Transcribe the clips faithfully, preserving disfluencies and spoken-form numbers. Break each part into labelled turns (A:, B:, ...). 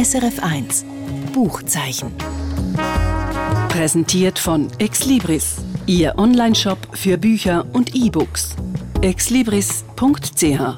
A: S R F eins Buchzeichen.
B: Präsentiert von Exlibris, Ihr Onlineshop für Bücher und E-Books. exlibris punkt c h.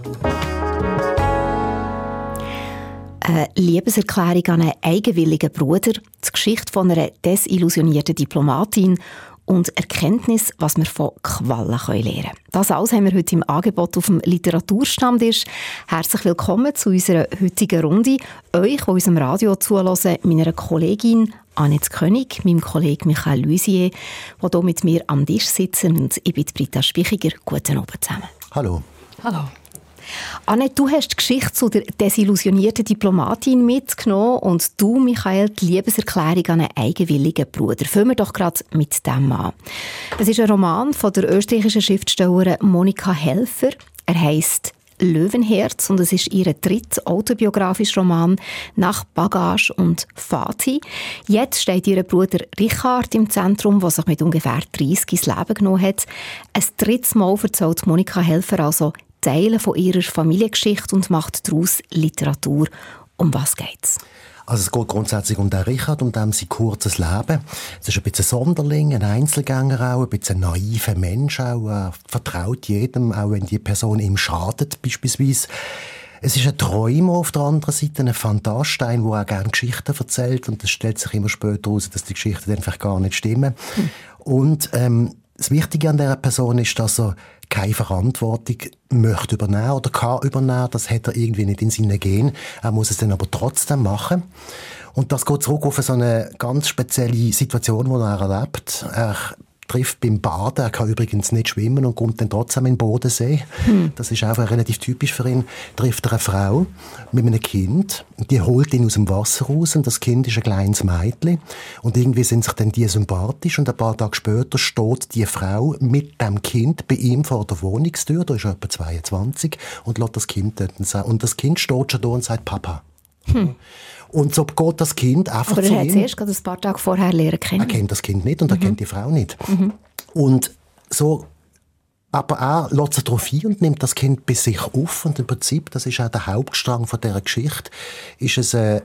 C: Eine Liebeserklärung an einen eigenwilligen Bruder, die Geschichte von einer desillusionierten Diplomatin und Erkenntnis, was wir von Quallen lernen können. Das alles haben wir heute im Angebot auf dem Literaturstammtisch. Herzlich willkommen zu unserer heutigen Runde. Euch, die unserem Radio zuhören, meiner Kollegin Annette König, meinem Kollegen Michael Luisier, die hier mit mir am Tisch sitzen, und ich bin Britta Spichiger. Guten Abend zusammen.
D: Hallo.
C: Hallo. Annette, du hast die Geschichte zu der desillusionierten Diplomatin mitgenommen und du, Michael, die Liebeserklärung an einen eigenwilligen Bruder. Fangen wir doch gerade mit dem an. Es ist ein Roman von der österreichischen Schriftstellerin Monika Helfer. Er heisst Löwenherz und es ist ihr dritter autobiografischer Roman nach Bagage und Fatih. Jetzt steht ihr Bruder Richard im Zentrum, der sich mit ungefähr dreissig ins Leben genommen hat. Ein drittes Mal erzählt Monika Helfer also Teile von ihrer Familiengeschichte und macht daraus Literatur. Um was geht's?
D: Also es geht grundsätzlich um den Richard, um dem sein kurzes Leben. Es ist ein bisschen ein Sonderling, ein Einzelgänger auch, ein bisschen ein naiver Mensch auch. Er vertraut jedem, auch wenn die Person ihm schadet beispielsweise. Es ist ein Träumer auf der anderen Seite, ein Phantastein, der auch gerne Geschichten erzählt. Und es stellt sich immer später heraus, dass die Geschichten dann vielleicht gar nicht stimmen. Hm. Und ähm, das Wichtige an dieser Person ist, dass er keine Verantwortung möchte übernehmen oder kann übernehmen. Das hat er irgendwie nicht in seinen Genen. Er muss es dann aber trotzdem machen. Und das geht zurück auf so eine ganz spezielle Situation, die er erlebt. Er trifft beim Baden, er kann übrigens nicht schwimmen und kommt dann trotzdem in den Bodensee. Hm. Das ist einfach relativ typisch für ihn. Trifft er eine Frau mit einem Kind, die holt ihn aus dem Wasser raus und das Kind ist ein kleines Mädchen und irgendwie sind sich dann die sympathisch und ein paar Tage später steht die Frau mit dem Kind bei ihm vor der Wohnungstür, da ist er etwa zweiundzwanzig, und lässt das Kind dort sagen. Und das Kind steht schon da und sagt Papa. Hm. Und so geht das Kind einfach zu ihm.
C: Aber er hat es erst gerade ein paar Tage vorher lernen kennen.
D: Er kennt das Kind nicht und er mhm. kennt die Frau nicht.
C: Mhm.
D: Und so, aber er lässt sich darauf ein und nimmt das Kind bei sich auf. Und im Prinzip, das ist auch der Hauptstrang von dieser Geschichte, ist es äh,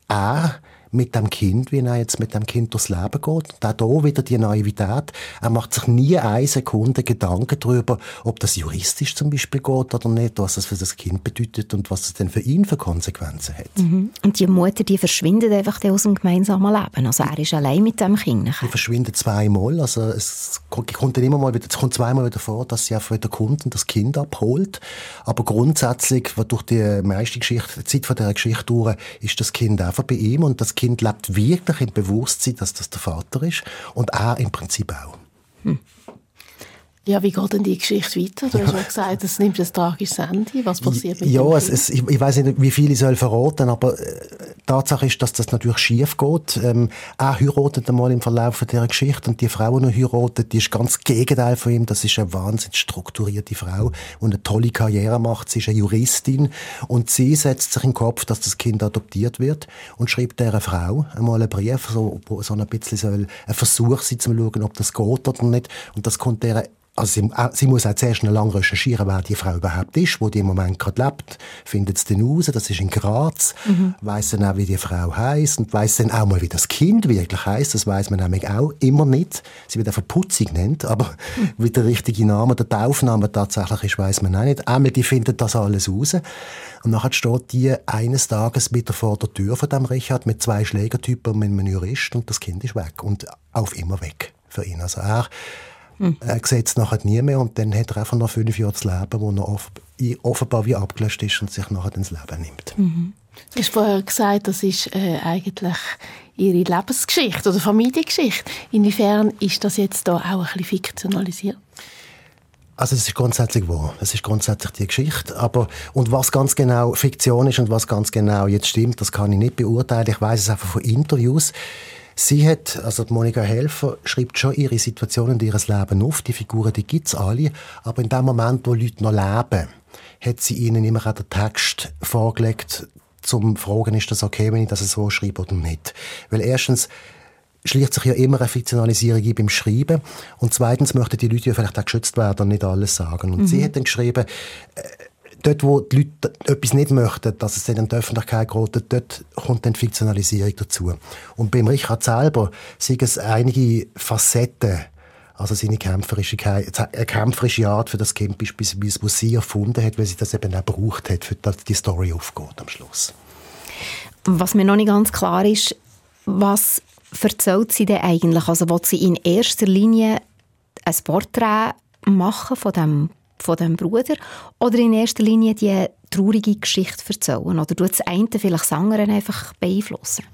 D: er mit dem Kind, wie er jetzt mit dem Kind durchs Leben geht. Und auch hier wieder die Naivität. Er macht sich nie eine Sekunde Gedanken darüber, ob das juristisch zum Beispiel geht oder nicht, was das für das Kind bedeutet und was es denn für ihn für Konsequenzen hat.
C: Mhm. Und die Mutter, die verschwindet einfach aus dem gemeinsamen Leben. Also er ist allein mit dem Kind.
D: Sie verschwindet zweimal. Also es kommt dann immer mal wieder, es kommt zweimal wieder vor, dass sie einfach wieder kommt und das Kind abholt. Aber grundsätzlich, durch die meiste Geschichte, die Zeit von dieser Geschichte durch, ist das Kind einfach bei ihm und das Kind Kind lebt wirklich im Bewusstsein, dass das der Vater ist und er im Prinzip auch.
E: Hm. Ja, wie geht denn die Geschichte weiter? Du ja. hast ja gesagt, es nimmt ein tragisches Ende. Was passiert mit
D: ja,
E: dem
D: es, es, ich, ich weiss nicht, wie viel ich soll verraten, aber äh, Tatsache ist, dass das natürlich schief geht. Ähm, er heiratet einmal im Verlauf dieser Geschichte und die Frau, die er heiratet, die ist ganz das Gegenteil von ihm. Das ist eine wahnsinnig strukturierte Frau, die eine tolle Karriere macht. Sie ist eine Juristin und sie setzt sich in den Kopf, dass das Kind adoptiert wird und schreibt dieser Frau einmal einen Brief, so, wo so ein bisschen soll, ein Versuch sein, zu schauen, ob das geht oder nicht. Und das kommt der Also sie, sie muss auch zuerst noch lange recherchieren, wer die Frau überhaupt ist, wo die im Moment gerade lebt. Findet es dann raus, das ist in Graz. Mhm. Weiss dann auch, wie die Frau heisst und weiss dann auch mal, wie das Kind wirklich heisst. Das weiss man nämlich auch immer nicht. Sie wird einfach Putzig genannt, aber mhm. wie der richtige Name, der Taufname tatsächlich ist, weiss man auch nicht. Einmal, die findet das alles raus. Und nachher steht die eines Tages wieder vor der Tür von dem Richard mit zwei Schlägertypen und mit einem Jurist und das Kind ist weg. Und auf immer weg für ihn. Also er Hm. Er sieht es nachher nie mehr und dann hat er einfach noch fünf Jahre zu leben, wo er off- offenbar wie abgelöscht ist und sich nachher ins Leben nimmt.
E: Mhm. Du hast vorher gesagt, das ist äh, eigentlich ihre Lebensgeschichte oder Familiengeschichte. Inwiefern ist das jetzt da auch ein bisschen fiktionalisiert?
D: Also es ist grundsätzlich wahr. Es ist grundsätzlich die Geschichte. Aber, und was ganz genau Fiktion ist und was ganz genau jetzt stimmt, das kann ich nicht beurteilen. Ich weiss es einfach von Interviews. Sie hat, also die Monika Helfer, schreibt schon ihre Situation und ihr Leben auf. Die Figuren, die gibt es alle. Aber in dem Moment, wo Leute noch leben, hat sie ihnen immer auch den Text vorgelegt, zum Fragen, ist das okay, wenn ich das so schreibe oder nicht. Weil erstens schleicht sich ja immer eine Fiktionalisierung ein beim Schreiben. Und zweitens möchten die Leute ja vielleicht auch geschützt werden und nicht alles sagen. Und mhm. sie hat dann geschrieben, äh, dort, wo die Leute etwas nicht möchten, dass es dann in die Öffentlichkeit gerät, dort kommt dann Fiktionalisierung dazu. Und beim Richard selber sind es einige Facetten, also seine kämpferische, eine kämpferische Art für das Kind beispielsweise, die sie erfunden hat, weil sie das eben auch gebraucht hat, für dass die Story aufgeht am Schluss.
C: Was mir noch nicht ganz klar ist, was erzählt sie denn eigentlich? Also will sie in erster Linie ein Porträt machen von dem, von dem Bruder oder in erster Linie die traurige Geschichte erzählen? Oder tut das eine vielleicht das andere einfach beeinflussen?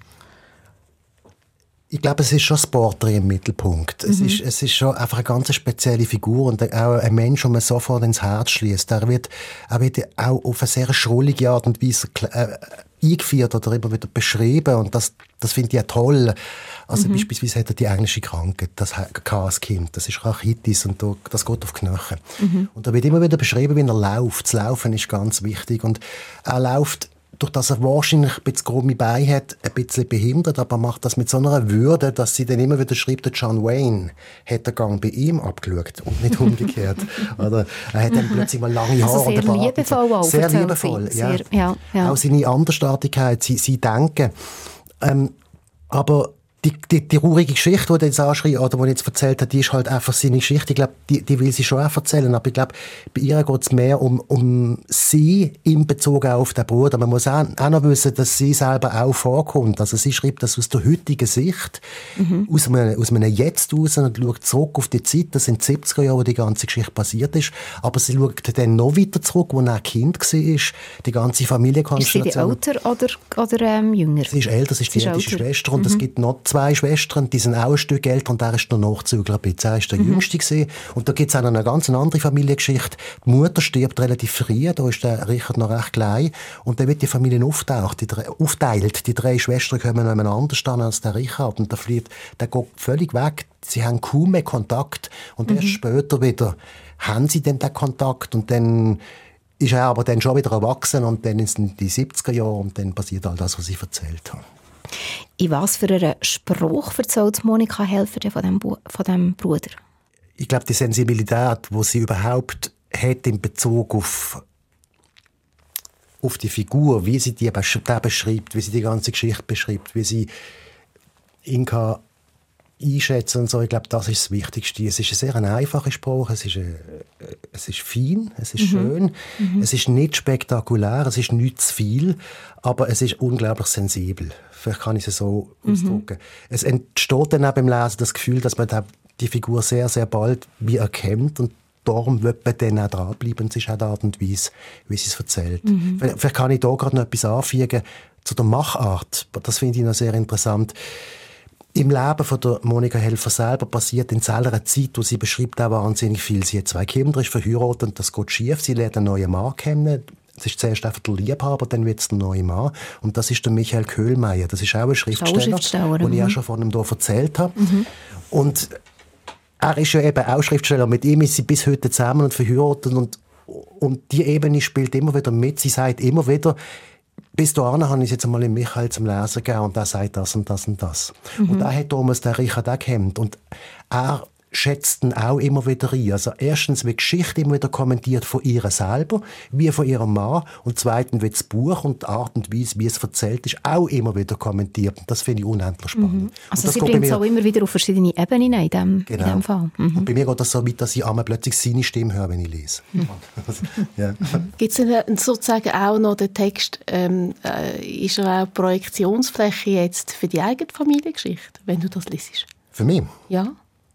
D: Ich glaube, es ist schon das Porträt im Mittelpunkt. Mhm. Es ist, es ist schon einfach eine ganz spezielle Figur und auch ein Mensch, den man sofort ins Herz schließt. Er wird, er wird auch auf eine sehr schrullige Art und Weise äh, eingeführt oder immer wieder beschrieben und das, das finde ich ja toll. Also mhm. beispielsweise hat er die englische Krankheit, das als Kind, das ist Rachitis und das geht auf die Knochen. Mhm. Und da wird immer wieder beschrieben, wie er läuft. Das Laufen ist ganz wichtig und er läuft, durch das er wahrscheinlich ein bisschen krumme Beine hat, ein bisschen behindert, aber macht das mit so einer Würde, dass sie dann immer wieder schreibt, der John Wayne hat den Gang bei ihm abgeschaut und nicht umgekehrt. Oder er hat dann plötzlich mal lange Haare.
C: Also sehr
D: und
C: liebevoll auch.
D: Sehr liebevoll, ja. Sehr, ja, ja. Auch seine Andersartigkeit, sie, sie denken. Ähm, aber Die, die, die traurige Geschichte, die jetzt anschreibt, oder die ich jetzt erzählt habe, die ist halt einfach seine Geschichte. Ich glaube, die, die will sie schon auch erzählen. Aber ich glaube, bei ihr geht es mehr um, um sie in Bezug auf den Bruder. Man muss auch, auch noch wissen, dass sie selber auch vorkommt. Also sie schreibt das aus der heutigen Sicht, mhm. aus, einem, aus einem Jetzt raus und schaut zurück auf die Zeit. Das sind die siebziger Jahre, wo die ganze Geschichte passiert ist. Aber sie schaut dann noch weiter zurück, wo er ein Kind war. Die ganze Familienkonstellation.
C: Ist sie älter oder, oder ähm, jünger?
D: Sie ist älter, sie ist die älteste Schwester. Und mhm. es gibt noch zwei Schwestern, die sind auch ein Stück älter und der ist der Nachzügler ein bisschen. Er ist der mhm. Jüngste gewesen. Und da gibt es auch noch eine ganz andere Familiengeschichte. Die Mutter stirbt relativ früh, da ist der Richard noch recht klein. Und dann wird die Familie auftaucht, die drei, aufteilt. Die drei Schwestern kommen noch anders stehen als der Richard. Und der, flieht, der geht völlig weg. Sie haben kaum mehr Kontakt. Und mhm. erst später wieder haben sie dann den Kontakt. Und dann ist er aber dann schon wieder erwachsen. Und dann sind die siebziger Jahre und dann passiert all das, was ich erzählt habe.
C: In was für einen Spruch erzählt Monika Helfer von dem, von dem Bruder?
D: Ich glaube, die Sensibilität, die sie überhaupt hat in Bezug auf, auf die Figur, wie sie die beschreibt, wie sie die ganze Geschichte beschreibt, wie sie ihn kann einschätzen und so. Ich glaube, das ist das Wichtigste. Es ist ein sehr einfacher Spruch, es ist, ein, es ist fein, es ist mhm. schön, mhm. es ist nicht spektakulär, es ist nicht zu viel, aber es ist unglaublich sensibel. Vielleicht kann ich es so mhm. ausdrücken. Es entsteht dann auch beim Lesen das Gefühl, dass man die Figur sehr, sehr bald wie erkennt und darum wird man dann auch dranbleiben. Es ist auch die Art und Weise, wie sie es erzählt. Mhm. Vielleicht kann ich da gerade noch etwas anfügen zu der Machart. Das finde ich noch sehr interessant. Im Leben von der Monika Helfer selber passiert in seiner Zeit, wo sie beschreibt, auch wahnsinnig viel. Sie hat zwei Kinder, ist verheiratet und das geht schief. Sie lernt einen neuen Mann kennen. Es ist zuerst einfach der Liebhaber, dann wird es der neue Mann. Und das ist der Michael Köhlmeier. Das ist auch ein Schriftsteller, Schriftsteller den ich auch schon von ihm hier erzählt habe. Mhm. Und er ist ja eben auch Schriftsteller. Mit ihm ist sie bis heute zusammen und verheiratet. Und, und die Ebene spielt immer wieder mit. Sie sagt immer wieder, bis dahin habe ich es jetzt einmal in Michael zum Lesen gegeben und er sagt das und das und das. Mhm. Und er hat damals den Richard auch gekannt. Und er schätzt ihn auch immer wieder ein. Also erstens wird die Geschichte immer wieder kommentiert von ihr selber, wie von ihrem Mann. Und zweitens wird das Buch und die Art und Weise, wie es erzählt ist, auch immer wieder kommentiert. Und das finde ich unendlich spannend. Mhm.
C: Also sie bringt es auch immer wieder auf verschiedene Ebenen in diesem
D: genau.
C: in Fall. Mhm.
D: Und bei mir geht das so weit, dass ich einmal plötzlich seine Stimme höre, wenn ich lese. Mhm. ja.
E: Gibt es denn sozusagen auch noch den Text, ähm, äh, ist er auch Projektionsfläche jetzt für die eigene Familiengeschichte, wenn du das liest?
D: Für mich?
E: Ja.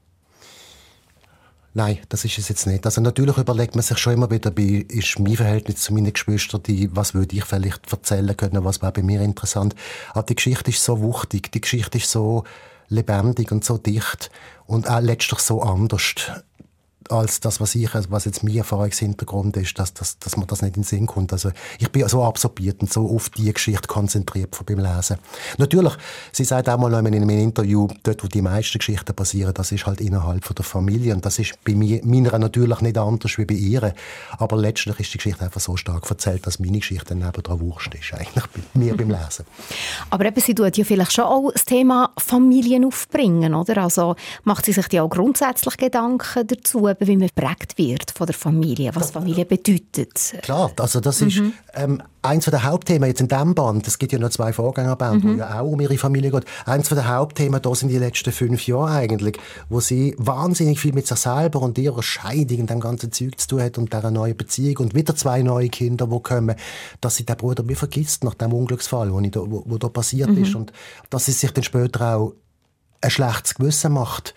D: Nein, das ist es jetzt nicht. Also natürlich überlegt man sich schon immer wieder, wie ist mein Verhältnis zu meinen Geschwistern, die, was würde ich vielleicht erzählen können, was wäre bei mir interessant. Aber die Geschichte ist so wuchtig, die Geschichte ist so lebendig und so dicht und auch letztlich so anders als das, was ich, was jetzt mein Erfahrungshintergrund ist, dass, dass, dass man das nicht in den Sinn kommt. Also ich bin so absorbiert und so auf die Geschichte konzentriert beim Lesen. Natürlich, sie sagt auch mal in einem Interview, dort, wo die meisten Geschichten passieren, das ist halt innerhalb von der Familie und das ist bei mir, meiner natürlich nicht anders wie bei ihr. Aber letztlich ist die Geschichte einfach so stark erzählt, dass meine Geschichte dann nebendran Wurst ist, eigentlich bei mir beim Lesen.
C: Aber eben, sie tut ja vielleicht schon auch das Thema Familien aufbringen, oder? Also macht sie sich ja auch grundsätzlich Gedanken dazu, wie man geprägt wird von der Familie, was Familie bedeutet.
D: Klar, also das ist mhm. ähm, eins der Hauptthemen jetzt in diesem Band. Es gibt ja noch zwei Vorgängerbände, mhm. wo ja auch um ihre Familie geht. Eins der Hauptthemen da sind die letzten fünf Jahre eigentlich, wo sie wahnsinnig viel mit sich selber und ihrer Scheidung und dem ganzen Zeug zu tun hat und dieser neuen Beziehung und wieder zwei neue Kinder, die kommen, dass sie den Bruder wie vergisst nach dem Unglücksfall, wo, da, wo, wo da passiert mhm. ist und dass sie sich dann später auch ein schlechtes Gewissen macht,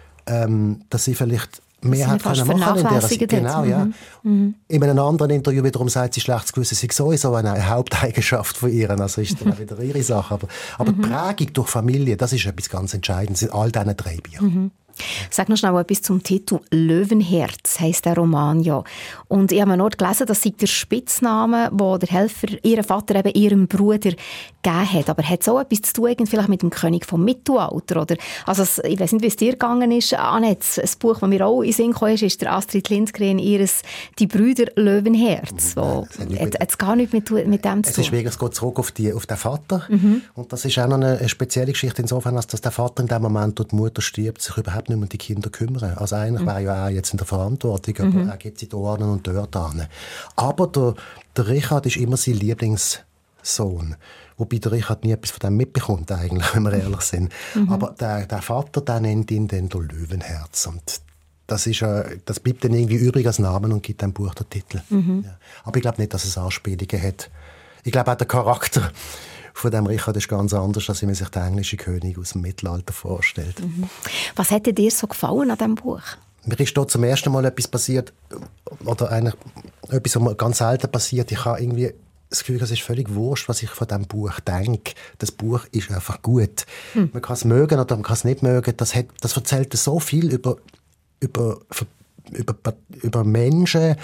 D: ähm, dass sie vielleicht mehr hat können machen in dieser Genau, ja. Mhm. In einem anderen Interview wiederum sagt sie, schlechtes Gewissen sei sowieso eine Haupteigenschaft von ihr. Also ist dann auch wieder ihre Sache. Aber, aber mhm. die Prägung durch Familie, das ist etwas ganz Entscheidendes in all diesen drei Büchern. Mhm.
C: Sag noch schnell etwas zum Titel. «Löwenherz» heisst der Roman ja. Und ich habe noch gelesen, das sei der Spitzname, den der Helfer, ihren Vater, eben ihrem Bruder gegeben hat. Aber hat es auch etwas zu tun vielleicht mit dem König vom Mittelalter? Oder? Also, ich weiss nicht, wie es dir gegangen ist, Annette. Ein Buch, das mir auch in den Sinn kam, ist der Astrid Lindgren ihres «Die Brüder Löwenherz». Wo hat es gar nichts mit, mit dem zu tun.
D: Es ist wirklich, es geht zurück auf, die, auf den Vater. Mhm. Und das ist auch noch eine, eine spezielle Geschichte insofern, als dass der Vater in dem Moment, wo die Mutter stirbt, sich überhaupt nicht mehr um die Kinder kümmern. Also eigentlich mhm. wäre ja auch jetzt in der Verantwortung, aber mhm. er gibt sie da hin und dort hin. Aber der, der Richard ist immer sein Lieblingssohn. Wobei der Richard nie etwas von dem mitbekommt, eigentlich, wenn wir ehrlich sind. Mhm. Aber der, der Vater, der nennt ihn dann der Löwenherz. Und das, ist, äh, das bleibt dann irgendwie übrig als Namen und gibt dem Buch den Titel. Mhm. Ja. Aber ich glaube nicht, dass es Anspielungen hat. Ich glaube auch der Charakter von dem Richard ist ganz anders, als man sich den englischen König aus dem Mittelalter vorstellt. Mhm.
C: Was hat dir so gefallen an diesem Buch?
D: Mir ist dort zum ersten Mal etwas passiert, oder eigentlich etwas, was mir ganz selten passiert. Ich habe irgendwie das Gefühl, es ist völlig wurscht, was ich von diesem Buch denke. Das Buch ist einfach gut. Mhm. Man kann es mögen oder man kann es nicht mögen. Das, hat, das erzählt so viel über, über, über, über Menschen,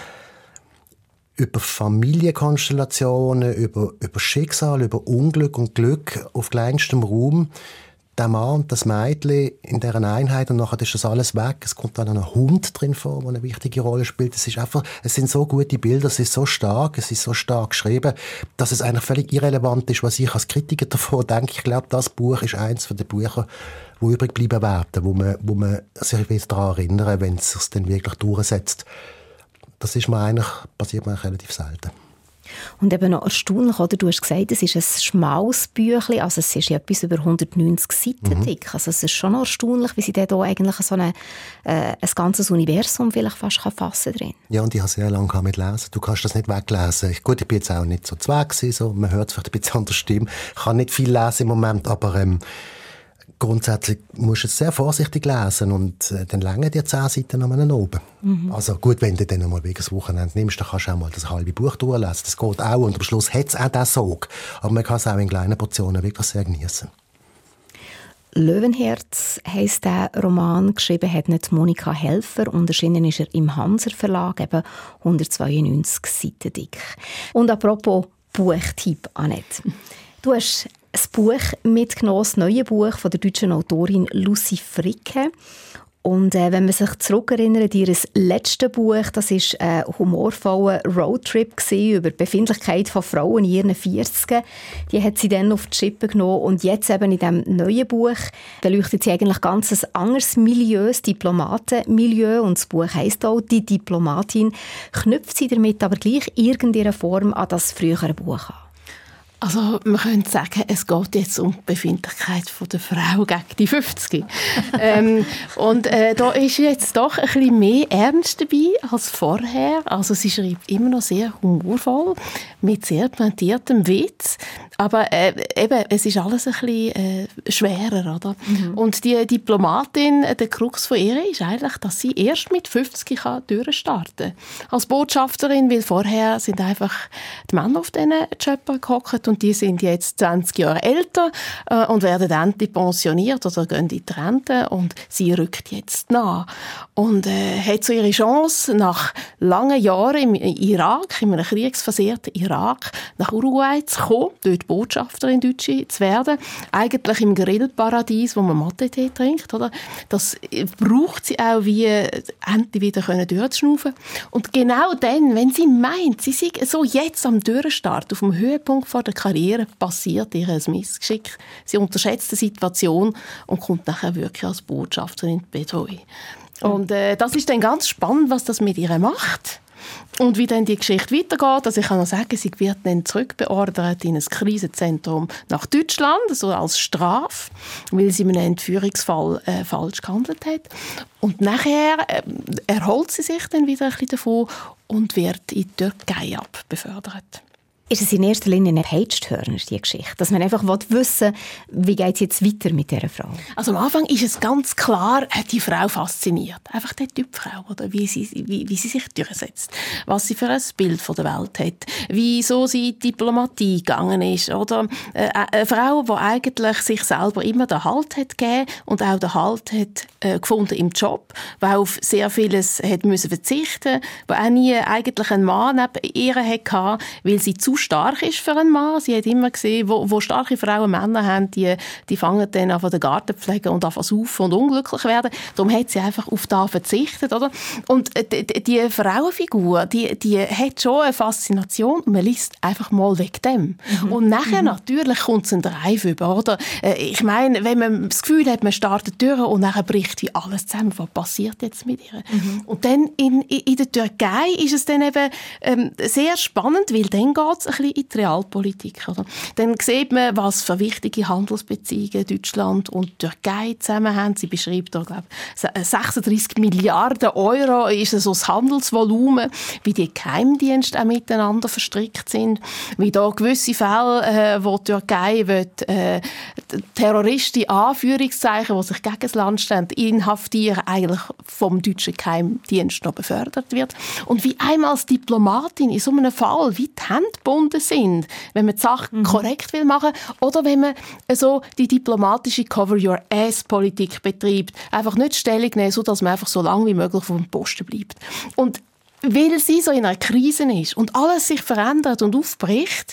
D: über Familienkonstellationen, über, über Schicksal, über Unglück und Glück auf kleinstem Raum. Der Mann und das Mädchen in deren Einheit und nachher ist das alles weg. Es kommt dann ein Hund drin vor, der eine wichtige Rolle spielt. Es ist einfach, es sind so gute Bilder, es ist so stark, es ist so stark geschrieben, dass es eigentlich völlig irrelevant ist, was ich als Kritiker davon denke. Ich glaube, das Buch ist eines der Bücher, die übrig bleiben werden, wo man, wo man sich wieder daran erinnern, wenn es sich dann wirklich durchsetzt. Das ist mir eigentlich, passiert mir eigentlich relativ selten.
C: Und eben noch erstaunlich, oder? Du hast gesagt, es ist ein schmales Büchlein, also es ist ja etwas über hundertneunzig Seiten mhm. dick. Also es ist schon noch erstaunlich, wie sie da eigentlich so eine, äh, ein ganzes Universum vielleicht fast kann fassen drin.
D: Ja, und ich habe sehr lange mit lesen. Du kannst das nicht weglesen. Ich, gut, ich bin jetzt auch nicht so zweck gewesen, so. Man hört es vielleicht ein bisschen an der Stimme. Ich kann nicht viel lesen im Moment, aber ähm, grundsätzlich musst du es sehr vorsichtig lesen und äh, dann lange dir zehn Seiten noch oben. Mhm. Also gut, wenn du dann mal wegen das Wochenende nimmst, dann kannst du auch mal das halbe Buch durchlesen. Das geht auch und am Schluss hat es auch den Sog. Aber man kann es auch in kleinen Portionen wirklich sehr genießen.
C: «Löwenherz» heisst der Roman, geschrieben hat nicht Monika Helfer und erschienen ist er im Hanser Verlag, eben hundertzweiundneunzig Seiten dick. Und apropos Buchtipp, Annette. Du hast ein Buch mitgenommen, das neue Buch von der deutschen Autorin Lucy Fricke. Und äh, wenn man sich zurückerinnert, ihr letztes Buch, das war ein humorvoller Roadtrip gewesen, über die Befindlichkeit von Frauen in ihren vierziger. Die hat sie dann auf die Schippe genommen. Und jetzt eben in diesem neuen Buch beleuchtet sie eigentlich ganz ein anderes Milieu, das Diplomatenmilieu. Und das Buch heisst auch «Die Diplomatin», knüpft sie damit aber gleich irgendeine Form an das frühere Buch an.
E: Also man könnte sagen, es geht jetzt um die Befindlichkeit von der Frau gegen die fünfzig. ähm, und äh, da ist jetzt doch ein bisschen mehr Ernst dabei als vorher. Also sie schreibt immer noch sehr humorvoll, mit sehr pointiertem Witz. Aber äh, eben, es ist alles ein bisschen äh, schwerer, oder? Mhm. Und die Diplomatin, der Krux von ihr ist eigentlich, dass sie erst mit fünfzig kann durchstarten kann. Als Botschafterin, weil vorher sind einfach die Männer auf diesen Job gehockt und die sind jetzt zwanzig Jahre älter äh, und werden endlich pensioniert oder gehen in die Rente und sie rückt jetzt nach. Und äh, hat so ihre Chance, nach langen Jahren im Irak, in einem kriegsversehrten Irak, nach Uruguay zu kommen, dort Botschafterin Deutsche zu werden. Eigentlich im Grillparadies, wo man Mate-Tee trinkt. Oder? Das braucht sie auch, wie endlich wieder durchschnaufen können. Und genau dann, wenn sie meint, sie sei so jetzt am Durchstart, auf dem Höhepunkt von der Karriere, passiert ihr ein Missgeschick. Sie unterschätzt die Situation und kommt nachher wirklich als Botschafterin in die Bedrohung. Und äh, das ist dann ganz spannend, was das mit ihr macht. Und wie dann die Geschichte weitergeht, also ich kann noch sagen, sie wird dann zurückbeordert in ein Krisenzentrum nach Deutschland, so als Strafe, weil sie in einem Entführungsfall äh, falsch gehandelt hat. Und nachher äh, erholt sie sich dann wieder ein bisschen davon und wird in die Türkei abbefördert.
C: Ist es in erster Linie ein Page-Turner, die Geschichte? Dass man einfach wissen will, wie geht es jetzt weiter mit dieser Frau?
E: Also am Anfang ist es ganz klar, hat die Frau fasziniert. Einfach die Typfrau, oder? Wie, sie, wie, wie sie sich durchsetzt. Was sie für ein Bild von der Welt hat. Wieso sie in die Diplomatie gegangen ist. Oder äh, eine Frau, die eigentlich sich selber immer den Halt hat gegeben und auch den Halt hat äh, gefunden im Job, die auf sehr vieles hat müssen verzichten, die auch nie eigentlich einen Mann neben ihr hatte, weil sie zu stark ist für einen Mann. Sie hat immer gesehen, wo, wo starke Frauen Männer haben, die, die fangen dann an den Garten pflegen und anfangen saufen und unglücklich werden. Darum hat sie einfach auf das verzichtet, oder? Und die, die Frauenfigur, die, die hat schon eine Faszination und man liest einfach mal wegen dem. Mhm. Und nachher mhm. natürlich kommt es ein Drive über, oder? Ich meine, wenn man das Gefühl hat, man startet durch und nachher bricht wie alles zusammen. Was passiert jetzt mit ihr? Mhm. Und dann in, in der Türkei ist es dann eben ähm, sehr spannend, weil dann geht es ein bisschen in die Realpolitik. Oder? Dann sieht man, was für wichtige Handelsbeziehungen Deutschland und Türkei zusammen haben. Sie beschreibt da, glaube ich, sechsunddreissig Milliarden Euro ist so das Handelsvolumen, wie die Geheimdienste auch miteinander verstrickt sind, wie da gewisse Fälle, äh, wo die Türkei will, äh, Terroristen, Anführungszeichen, die sich gegen das Land stehen, inhaftieren, eigentlich vom deutschen Geheimdienst noch befördert wird. Und wie einmal als Diplomatin in so einem Fall wie die Hände gebunden sind, wenn man die Sache mhm. korrekt will machen oder wenn man so die diplomatische Cover-Your-Ass-Politik betreibt. Einfach nicht Stellung nehmen, sodass man einfach so lange wie möglich vom Posten bleibt. Und weil sie so in einer Krise ist und alles sich verändert und aufbricht,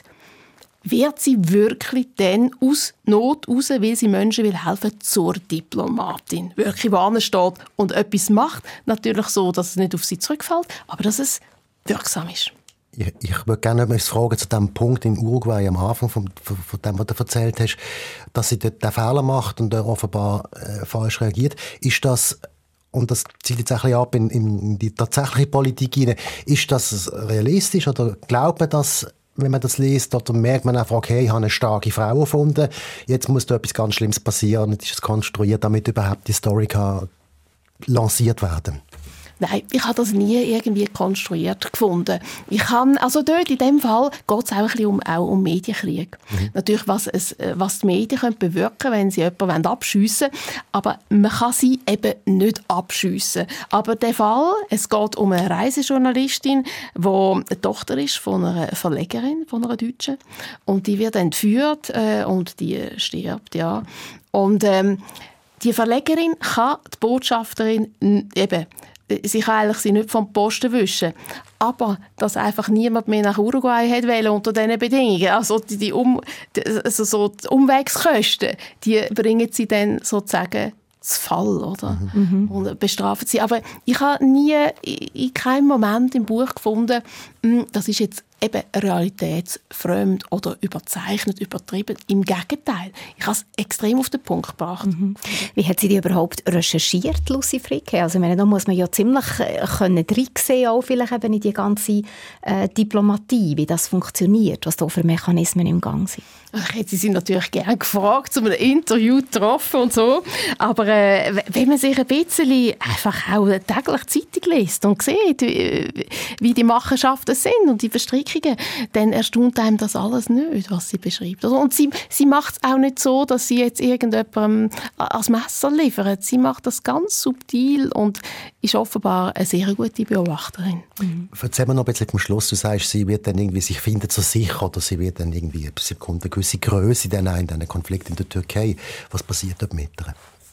E: wird sie wirklich dann aus Not raus, weil sie Menschen will helfen, zur Diplomatin. Wirklich woanders steht und etwas macht. Natürlich so, dass es nicht auf sie zurückfällt, aber dass es wirksam ist.
D: Ich, ich würde gerne etwas fragen zu dem Punkt in Uruguay am Anfang von, von, von dem, was du erzählt hast, dass sie dort den Fehler macht und offenbar äh, falsch reagiert. Ist das, und das zielt jetzt ein bisschen ab in, in die tatsächliche Politik hinein, ist das realistisch oder glaubt man das, wenn man das liest, oder merkt man einfach, okay, ich habe eine starke Frau gefunden, jetzt muss da etwas ganz Schlimmes passieren, jetzt ist es konstruiert, damit überhaupt die Story kann lanciert werden?
E: Nein, ich habe das nie irgendwie konstruiert gefunden. Ich kann, also dort in dem Fall geht es auch ein bisschen um, auch um Medienkrieg. Mhm. Natürlich, was, es, was die Medien können bewirken, wenn sie jemanden abschiessen wollen. Aber man kann sie eben nicht abschiessen. Aber der Fall, es geht um eine Reisejournalistin, die eine Tochter ist von einer Verlegerin, von einer Deutschen. Und die wird entführt äh, und die stirbt, ja. Und ähm, die Verlegerin kann die Botschafterin eben sie kann eigentlich sie nicht vom Posten wischen. Aber dass einfach niemand mehr nach Uruguay hat wollen unter diesen Bedingungen. Also die, die, um, die, also so die Umwegskosten, die bringen sie dann sozusagen zu Fall, oder? Mhm. Und bestrafen sie. Aber ich habe nie, in keinem Moment im Buch gefunden, das ist jetzt eben realitätsfremd oder überzeichnet, übertrieben. Im Gegenteil. Ich habe es extrem auf den Punkt gebracht.
C: Mhm. Wie hat sie die überhaupt recherchiert, Lucy Fricke? Also, ich meine, da muss man ja ziemlich können reinsehen, auch vielleicht eben in die ganze äh, Diplomatie, wie das funktioniert, was da für Mechanismen im Gang sind.
E: Ich hätte sie natürlich gerne gefragt, zu einem Interview getroffen und so. Aber äh, wenn man sich ein bisschen einfach auch täglich Zeitung liest und sieht, wie, wie die Machenschaften sind und die Verstrickungen, dann erstaunt einem das alles nicht, was sie beschreibt. Und sie, sie macht es auch nicht so, dass sie jetzt irgendjemandem als Messer liefert. Sie macht das ganz subtil und ist offenbar eine sehr gute Beobachterin.
D: Mhm. Erzähl mir noch ein bisschen zum Schluss. Du sagst, sie wird dann irgendwie sich findet zu sich oder sie wird dann irgendwie, sie bekommt eine gewisse Größe in diesem Konflikt in der Türkei. Was passiert dort mit ihr?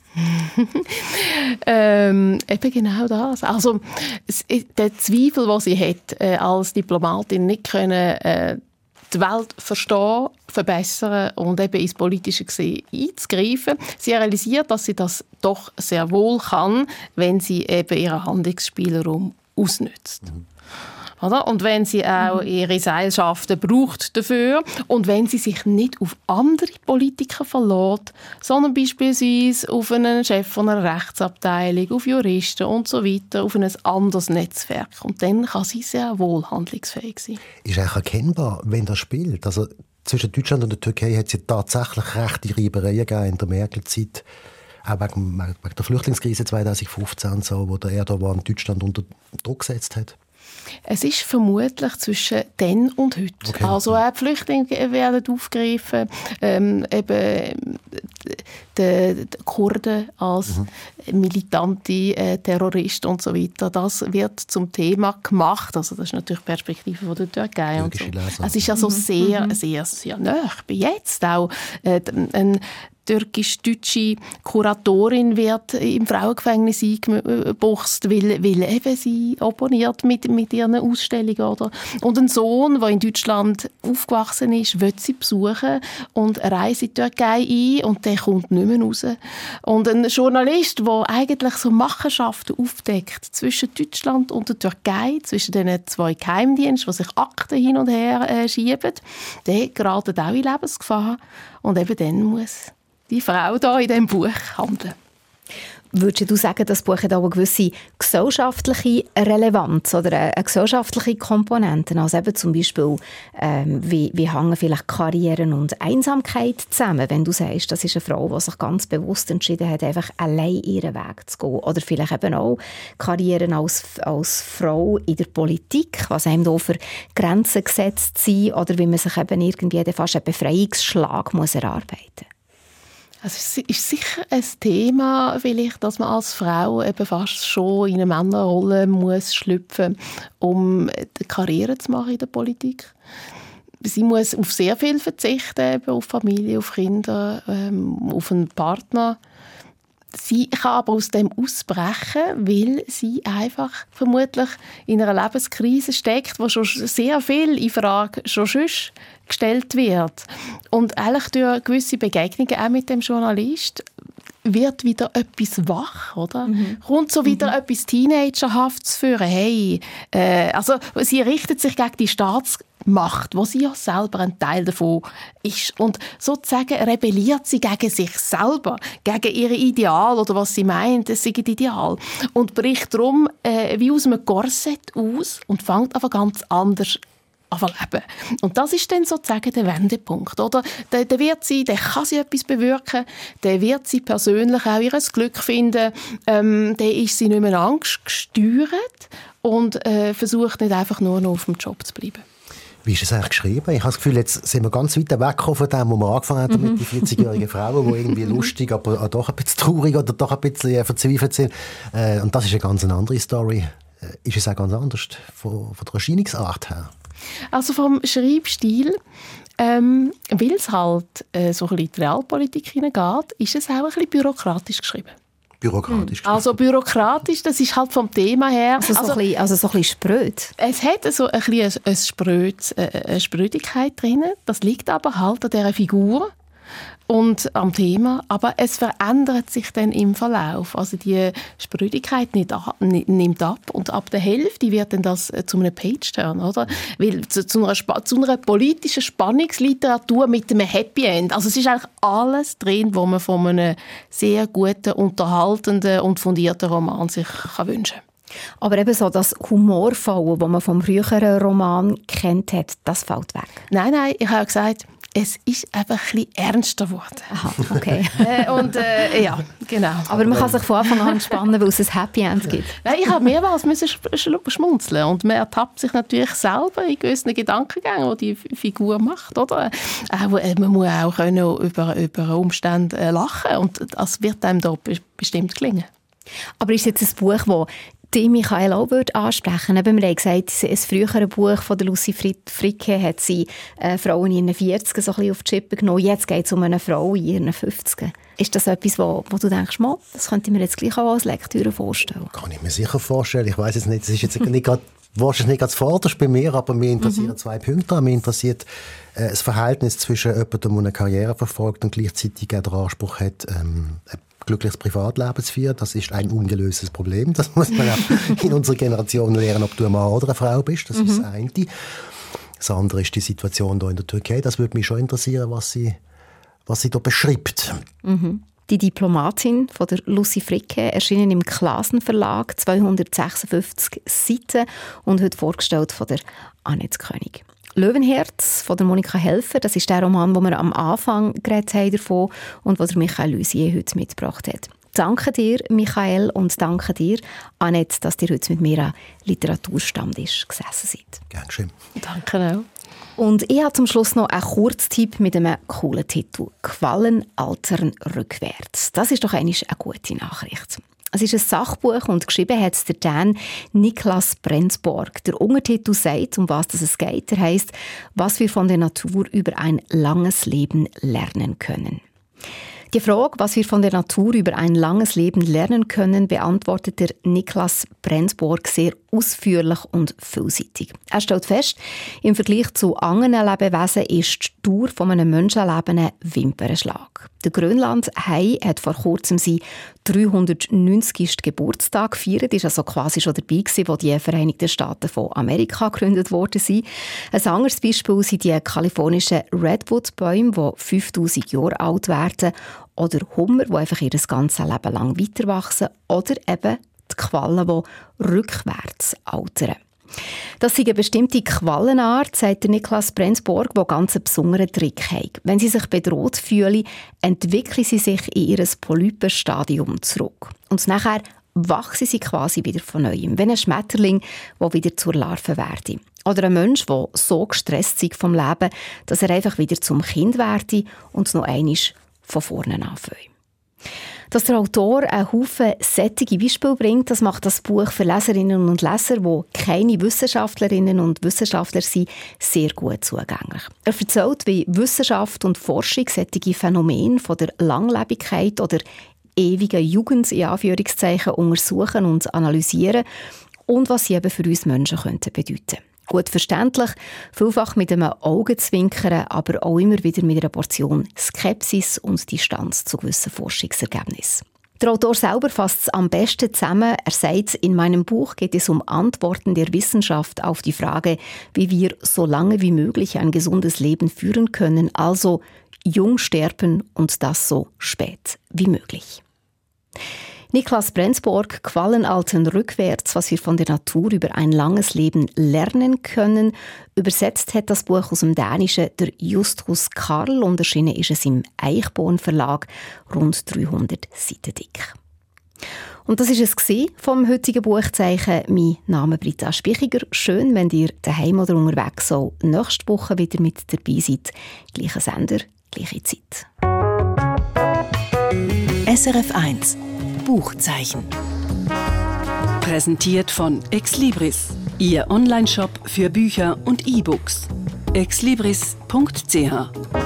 E: ähm, eben genau das. Also der Zweifel, den sie hat, äh, als Diplomatin nicht können, äh, die Welt verstehen, verbessern und eben ins politische Gesehen einzugreifen. Sie realisiert, dass sie das doch sehr wohl kann, wenn sie eben ihren Handlungsspielraum ausnützt. Mhm. Oder? Und wenn sie auch ihre Seilschaften braucht dafür und wenn sie sich nicht auf andere Politiker verlässt, sondern beispielsweise auf einen Chef von einer Rechtsabteilung, auf Juristen und so weiter, auf ein anderes Netzwerk. Und dann kann sie sehr wohl handlungsfähig sein.
D: Ist eigentlich erkennbar, wenn das spielt? Also zwischen Deutschland und der Türkei hat es ja tatsächlich rechte Reibereien gegeben in der Merkel-Zeit. Auch wegen, wegen der Flüchtlingskrise zwanzig fünfzehn, so, wo der Erdogan Deutschland unter Druck gesetzt hat.
E: Es ist vermutlich zwischen dann und heute. Okay. Also auch die Flüchtlinge werden aufgegriffen, ähm, eben die, die Kurden als mhm. militante äh, Terroristen und so weiter. Das wird zum Thema gemacht. Also das ist natürlich die Perspektive von der Türkei. Und so. Es ist also sehr, sehr, sehr nahe. Bei jetzt auch äh, ein türkisch-deutsche Kuratorin wird im Frauengefängnis eingeboxt, weil, weil eben sie opponiert mit, mit ihren Ausstellungen. Oder? Und ein Sohn, der in Deutschland aufgewachsen ist, will sie besuchen und reist in die Türkei ein und der kommt nicht mehr raus. Und ein Journalist, der eigentlich so Machenschaften aufdeckt zwischen Deutschland und der Türkei, zwischen den zwei Geheimdiensten, die sich Akten hin und her äh, schieben, der gerät auch in Lebensgefahr. Und eben dann muss die Frau da in diesem Buch handeln.
C: Würdest du sagen, das Buch hat auch eine gewisse gesellschaftliche Relevanz oder eine gesellschaftliche Komponente? Also eben zum Beispiel, ähm, wie, wie hängen vielleicht Karrieren und Einsamkeit zusammen, wenn du sagst, das ist eine Frau, die sich ganz bewusst entschieden hat, einfach allein ihren Weg zu gehen. Oder vielleicht eben auch Karrieren als, als Frau in der Politik, was einem da für Grenzen gesetzt sind oder wie man sich eben irgendwie fast einen Befreiungsschlag muss erarbeiten muss.
E: Also es ist sicher ein Thema, vielleicht, dass man als Frau eben fast schon in eine Männerrolle muss schlüpfen, um eine Karriere zu machen in der Politik. Sie muss auf sehr viel verzichten, eben auf Familie, auf Kinder, ähm, auf einen Partner. Sie kann aber aus dem ausbrechen, weil sie einfach vermutlich in einer Lebenskrise steckt, wo schon sehr viel in Frage schon sonst gestellt wird. Und eigentlich durch gewisse Begegnungen auch mit dem Journalist wird wieder etwas wach, oder? Mhm. Kommt so wieder mhm. etwas Teenagerhaftes führen. Hey, äh, also sie richtet sich gegen die Staatsmacht, wo sie ja selber ein Teil davon ist. Und sozusagen rebelliert sie gegen sich selber, gegen ihre Ideal oder was sie meint, es sei ein Ideal. Und bricht darum äh, wie aus einem Korsett aus und fängt einfach ganz anders leben. Und das ist dann sozusagen der Wendepunkt. Oder? Der, der wird sie, der kann sie etwas bewirken, der wird sie persönlich auch ihr Glück finden, ähm, der ist sie nicht mehr angstgesteuert und äh, versucht nicht einfach nur noch auf dem Job zu bleiben.
D: Wie ist es eigentlich geschrieben? Ich habe das Gefühl, jetzt sind wir ganz weit weg von dem, wo wir angefangen haben, mhm. mit den vierzigjährigen Frauen, die irgendwie lustig, aber doch ein bisschen traurig oder doch ein bisschen verzweifelt sind. Äh, und das ist eine ganz andere Story. Äh, ist es auch ganz anders von, von der Erscheinungsart her?
E: Also vom Schreibstil, ähm, weil es halt äh, so ein bisschen in die Realpolitik hineingeht, ist es auch ein bisschen bürokratisch geschrieben.
D: Bürokratisch geschrieben?
E: Also bürokratisch, das ist halt vom Thema her.
C: Also so also, ein bisschen, also so ein bisschen spröd.
E: Es hat so ein bisschen eine, Spröd, eine Sprödigkeit drin. Das liegt aber halt an dieser Figur und am Thema, aber es verändert sich dann im Verlauf. Also die Sprödigkeit nicht, nimmt ab und ab der Hälfte wird dann das zu einem Page-Turn, oder? Weil zu, zu, einer, zu einer politischen Spannungsliteratur mit einem Happy End. Also es ist eigentlich alles drin, was man von einem sehr guten, unterhaltenden und fundierten Roman sich kann wünschen kann.
C: Aber eben so das Humorvolle, das man vom früheren Roman kennt hat, das fällt weg.
E: Nein, nein, ich habe gesagt, es ist einfach ein bisschen ernster geworden.
C: Aha, okay.
E: äh, und äh, ja, genau.
C: Aber man kann sich von Anfang an entspannen, weil es ein Happy End gibt.
E: Nein, ich habe mehrmals müssen schmunzeln und man ertappt sich natürlich selber in gewissen Gedankengängen, die die Figur macht, oder? Auch, äh, man muss auch können über, über Umstände äh, lachen und das wird einem da bestimmt gelingen.
C: Aber ist jetzt ein Buch, das die Michael auch ansprechen würde? Wir haben gesagt, ein früheres Buch von der Lucy Fricke hat sie äh, Frauen in ihren vierziger so ein bisschen auf die Schippe genommen. Jetzt geht es um eine Frau in ihren fünfziger. Ist das etwas, wo, wo du denkst, mal, das könnte ich mir jetzt gleich auch als Lektüre vorstellen?
D: Kann ich mir sicher vorstellen. Ich weiss es nicht. Es ist jetzt nicht gerade wahrscheinlich nicht ganz vorderst bei mir, aber mir interessieren mhm. zwei Punkte. Mir interessiert äh, das Verhältnis zwischen jemandem, der eine Karriere verfolgt und gleichzeitig auch den Anspruch hat, ähm, glückliches Privatleben zu führen. Das ist ein ungelöstes Problem. Das muss man auch in unserer Generation lernen, ob du ein Mann oder eine Frau bist. Das mhm. ist das eine. Das andere ist die Situation hier in der Türkei. Das würde mich schon interessieren, was sie, was sie da beschreibt.
C: Mhm. Die Diplomatin von der Lucy Fricke, erschienen im Klasen Verlag, zweihundertsechsundfünfzig Seiten und heute vorgestellt von der Annette König. «Löwenherz» von der Monika Helfer, das ist der Roman, den wir am Anfang geredet haben davon und den Michael Lusier heute mitgebracht hat. Danke dir, Michael, und danke dir, Annette, dass ihr heute mit mir an Literaturstammtisch gesessen seid.
D: Gern geschehen.
E: Danke auch.
C: Und ich habe zum Schluss noch einen Kurztipp mit einem coolen Titel. «Quallen altern rückwärts». Das ist doch eigentlich eine gute Nachricht. Es ist ein Sachbuch und geschrieben hat es der Dan Niklas Brensborg. Der Untertitel sagt, um was es geht. Er heisst, was wir von der Natur über ein langes Leben lernen können. Die Frage, was wir von der Natur über ein langes Leben lernen können, beantwortet der Niklas Brensborg sehr ausführlich und vielseitig. Er stellt fest, im Vergleich zu anderen Lebewesen ist die Dauer von einem Menschenleben ein Wimpernschlag. Der Grönlandhai hat vor kurzem seinen dreihundertneunzigsten Geburtstag gefeiert, ist also quasi schon dabei gewesen, als die Vereinigten Staaten von Amerika gegründet worden sind. Ein anderes Beispiel sind die kalifornischen Redwood-Bäume, die fünftausend Jahre alt werden, oder Hummer, die einfach ihr ganzes Leben lang weiterwachsen, oder eben die Quallen, die rückwärts altern. Das ist eine bestimmte Quallenart, sagt der Niklas Brensborg, die ganz einen besonderen Trick hat. Wenn sie sich bedroht fühlen, entwickeln sie sich in ihr Polypenstadium zurück. Und nachher wachsen sie quasi wieder von neuem, wie ein Schmetterling, der wieder zur Larve werde. Oder ein Mensch, der so gestresst ist vom Leben, dass er einfach wieder zum Kind werde und noch einmal von vorne anfangen. Dass der Autor einen Haufen sättige Beispiele bringt, das macht das Buch für Leserinnen und Leser, die keine Wissenschaftlerinnen und Wissenschaftler sind, sehr gut zugänglich. Er erzählt, wie Wissenschaft und Forschung sättige Phänomene von der Langlebigkeit oder ewigen Jugend in Anführungszeichen untersuchen und analysieren und was sie eben für uns Menschen könnten bedeuten. Gut verständlich, vielfach mit einem Augenzwinkern, aber auch immer wieder mit einer Portion Skepsis und Distanz zu gewissen Forschungsergebnissen. Der Autor selber fasst es am besten zusammen. Er sagt, in meinem Buch geht es um Antworten der Wissenschaft auf die Frage, wie wir so lange wie möglich ein gesundes Leben führen können, also jung sterben und das so spät wie möglich. Niklas Brensborg, «Quallen altern rückwärts, was wir von der Natur über ein langes Leben lernen können». Übersetzt hat das Buch aus dem Dänischen der Justus Karl und erschienen ist es im Eichborn Verlag, rund dreihundert Seiten dick. Und das war es vom heutigen Buchzeichen. Mein Name ist Britta Spichiger. Schön, wenn ihr daheim oder unterwegs so nächste Woche wieder mit dabei seid. Gleicher Sender, gleiche Zeit.
A: S R F eins Buchzeichen.
B: Präsentiert von Exlibris, Ihr Onlineshop für Bücher und E-Books. exlibris punkt c h